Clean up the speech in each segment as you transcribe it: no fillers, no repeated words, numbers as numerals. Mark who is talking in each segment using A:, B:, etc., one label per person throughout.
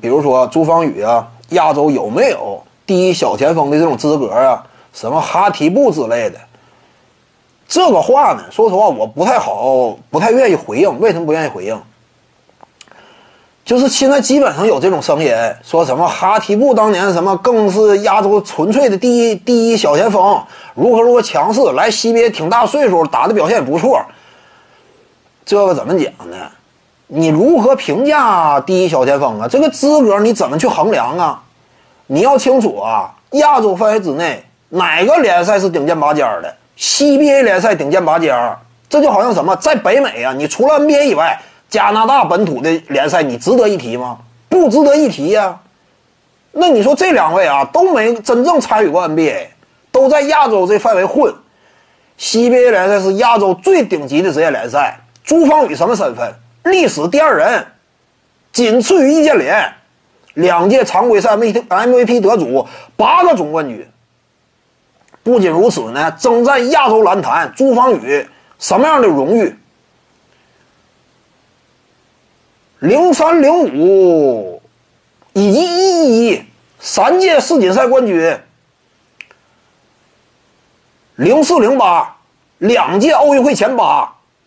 A: 比如说朱芳雨啊，亚洲有没有第一小前锋的这种资格啊？什么哈提布之类的，这个话呢，说实话我不太愿意回应。为什么不愿意回应？就是现在基本上有这种声音，说什么哈提布当年什么更是亚洲纯粹的第一小前锋，如何强势，来西边挺大岁数，打的表现也不错。这个怎么讲呢？你如何评价第一小前锋啊？这个资格你怎么去衡量啊？你要清楚啊，亚洲范围之内哪个联赛是顶尖拔尖的？ CBA 联赛顶尖拔尖，这就好像什么，在北美啊，你除了 NBA 以外，加拿大本土的联赛你值得一提吗？不值得一提呀。那你说这两位啊，都没真正参与过 NBA， 都在亚洲这范围混。CBA 联赛是亚洲最顶级的职业联赛。朱芳雨什么身份？历史第2人，仅次于易建联，2届常规赛 MVP 得主，8个总冠军。不仅如此呢，征战亚洲篮坛，朱芳雨什么样的荣誉？03、05以及11 3届世锦赛冠军，04、08 2届奥运会前8。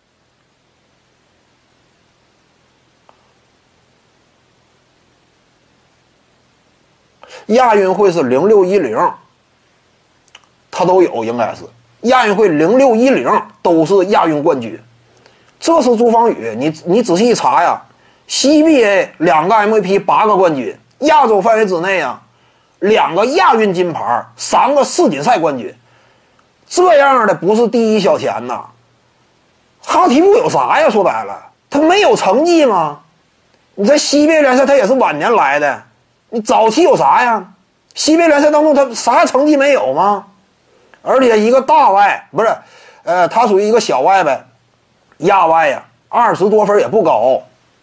A: 亚运会是06、10。他都有，应该是亚运会06、10都是亚运冠军。这是朱芳雨，你仔细一查呀 ，CBA 2个 MVP 8个冠军，亚洲范围之内啊2个亚运金牌，3个世锦赛冠军，这样的不是第一小前呐。哈提布有啥呀？说白了，他没有成绩吗？你在 CBA 联赛他也是晚年来的，你早期有啥呀 ？CBA 联赛当中他啥成绩没有吗？而且一个大外不是，他属于一个小外呗，亚外呀，20多分也不高。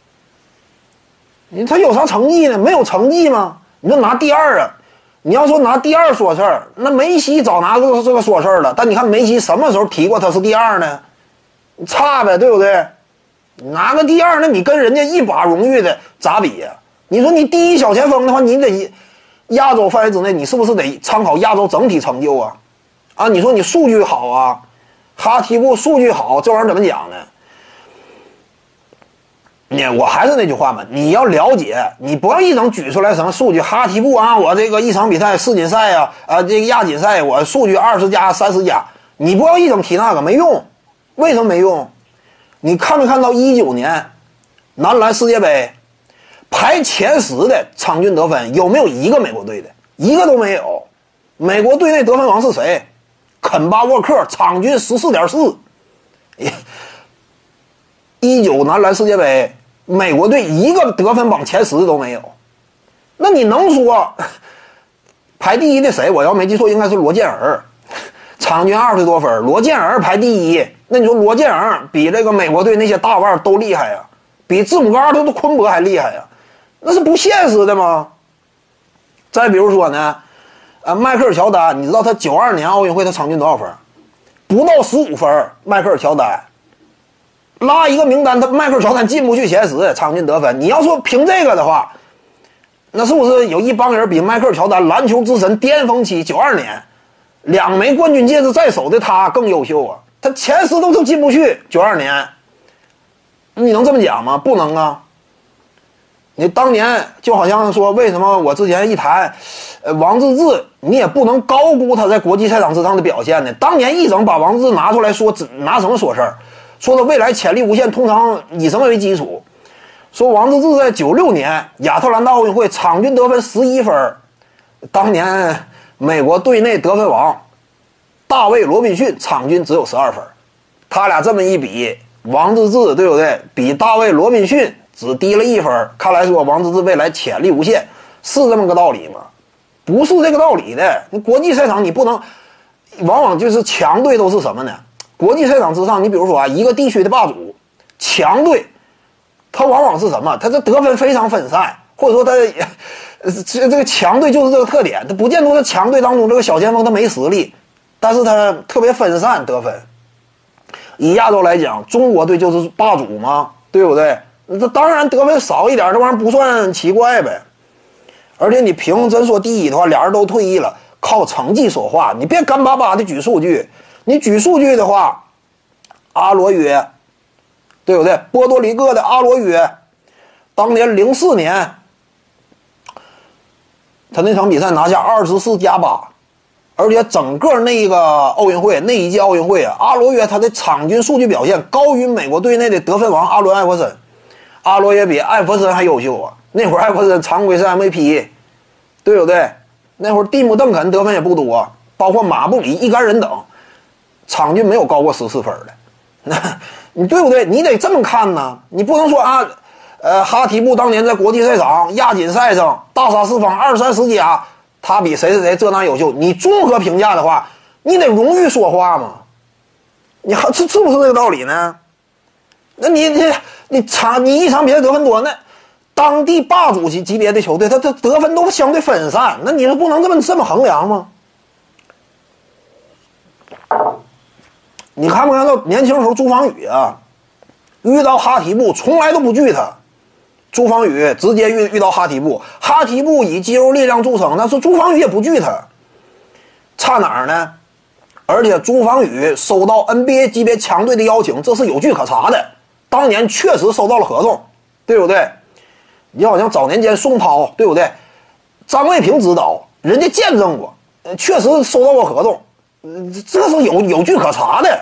A: 他有啥成绩呢？没有成绩吗？你就拿第2啊，你要说拿第2说事儿，那梅西早拿这个说事儿了。但你看梅西什么时候提过他是第2呢？差呗，对不对？拿个第2，那你跟人家一把荣誉的咋比呀？你说你第一小前锋的话，你得亚洲范围之内，你是不是得参考亚洲整体成就啊？啊，你说你数据好啊，哈提布数据好，这玩意儿怎么讲呢？我还是那句话嘛，你要了解，你不要一整举出来什么数据，哈提布啊，我这个一场比赛世锦赛啊，这个亚锦赛我数据20加30加，你不要一整提那个没用。为什么没用？你看没看到19年男篮世界杯排前10的场均得分有没有一个美国队的？一个都没有。美国队内得分王是谁？肯巴沃克，场均14.4。19男篮世界杯，美国队一个得分榜前10的都没有。那你能说排第1的谁？我要没记错，应该是罗健儿，场均20多分，罗健儿排第1。那你说罗健儿比这个美国队那些大腕都厉害呀，比字母哥、都昆博还厉害呀，那是不现实的吗？再比如说呢？迈克尔乔丹，你知道他92年奥运会他场均多少分？不到15分。迈克尔乔丹拉一个名单，他迈克尔乔丹进不去前10，场均得分。你要说凭这个的话，那是不是有一帮人比迈克尔乔丹篮球之神巅峰期92年2枚冠军戒指在手的他更优秀啊？他前10都进不去，92年，你能这么讲吗？不能啊。你当年就好像说，为什么我之前一谈，王治郅，你也不能高估他在国际赛场之上的表现呢。当年一整把王治郅拿出来说，拿什么说事儿？说他未来潜力无限，通常以什么为基础？说王治郅在96年亚特兰大奥运会场均得分11分，当年美国队内得分王大卫罗宾逊场均只有12分，他俩这么一比，王治郅对不对？比大卫罗宾逊只低了1分，看来说王治郅未来潜力无限，是这么个道理吗？不是这个道理的。你国际赛场你不能，往往就是强队都是什么呢？国际赛场之上，你比如说啊，一个地区的霸主，强队，他往往是什么？他这得分非常分散，或者说他这个强队就是这个特点，他不见得在强队当中这个小前锋他没实力，但是他特别分散得分。以亚洲来讲，中国队就是霸主嘛，对不对？这当然得分少一点，这玩意儿不算奇怪呗。 而且你评真说第一的话，俩人都退役了，靠成绩说话，你别干巴巴的举数据。你举数据的话，阿罗约，对不对？波多黎各的阿罗约，当年04年，他那场比赛拿下24+8，而且整个那个奥运会那一届奥运会啊，阿罗约他的场均数据表现高于美国队内的得分王阿伦艾弗森。阿罗约比艾弗森还优秀啊！那会儿艾弗森常规赛 MVP， 对不对？那会儿蒂姆·邓肯得分也不多，包括马布里、一干人等，场均没有高过14分的。那你对不对？你得这么看呢，你不能说啊，哈提布当年在国际赛场亚锦赛上大杀四方23-10加，他比谁谁谁这那优秀。你综合评价的话，你得荣誉说话嘛。你还是不是这个道理呢？那你一场比赛得分多，那当地霸主级别的球队，他得分都相对分散，那你是不能这么衡量吗？你看不看到年轻时候朱芳雨啊，遇到哈提布从来都不惧他。朱芳雨直接遇到哈提布，哈提布以肌肉力量著称，但是朱芳雨也不惧他。差哪儿呢？而且朱芳雨收到 NBA 级别强队的邀请，这是有据可查的。当年确实收到了合同，对不对？你好像早年间宋涛，对不对？张卫平指导，人家见证过，确实收到过合同，这是有据可查的。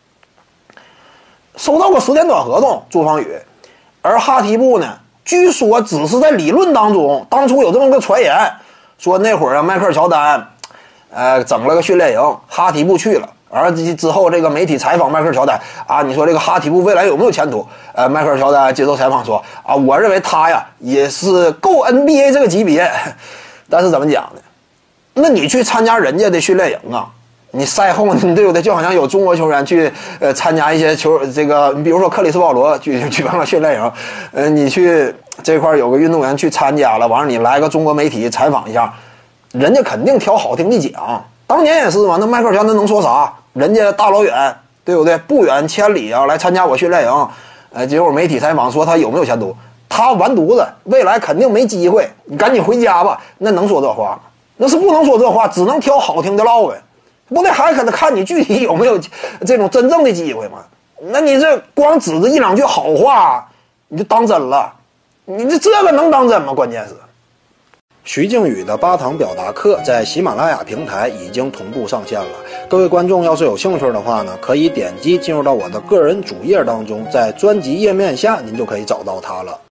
A: 收到过10年短合同，朱芳雨，而哈提布呢，据说只是在理论当中，当初有这么个传言，说那会儿啊，迈克尔乔丹，整了个训练营，哈提布去了。而之后，这个媒体采访迈克尔乔丹啊，你说这个哈提布未来有没有前途？迈克尔乔丹接受采访说啊，我认为他呀也是够 NBA 这个级别，但是怎么讲呢？那你去参加人家的训练营啊，你赛后你对不对？就好像有中国球员去参加一些这个，比如说克里斯保罗举办了训练营，你去这块有个运动员去参加了，完了你来个中国媒体采访一下，人家肯定挑好听的讲。当年也是嘛，那迈克尔乔丹能说啥？人家大老远，对不对？不远千里啊，来参加我训练营，结果媒体采访说他有没有前途？他完犊子，未来肯定没机会，你赶紧回家吧。那能说这话吗？那是不能说这话，只能挑好听的唠呗。不得还可能看你具体有没有这种真正的机会吗？那你这光指着一两句好话，你就当真了？你这个能当真吗？关键是。
B: 徐静宇的8堂表达课在喜马拉雅平台已经同步上线了，各位观众要是有兴趣的话呢，可以点击进入到我的个人主页当中，在专辑页面下您就可以找到它了。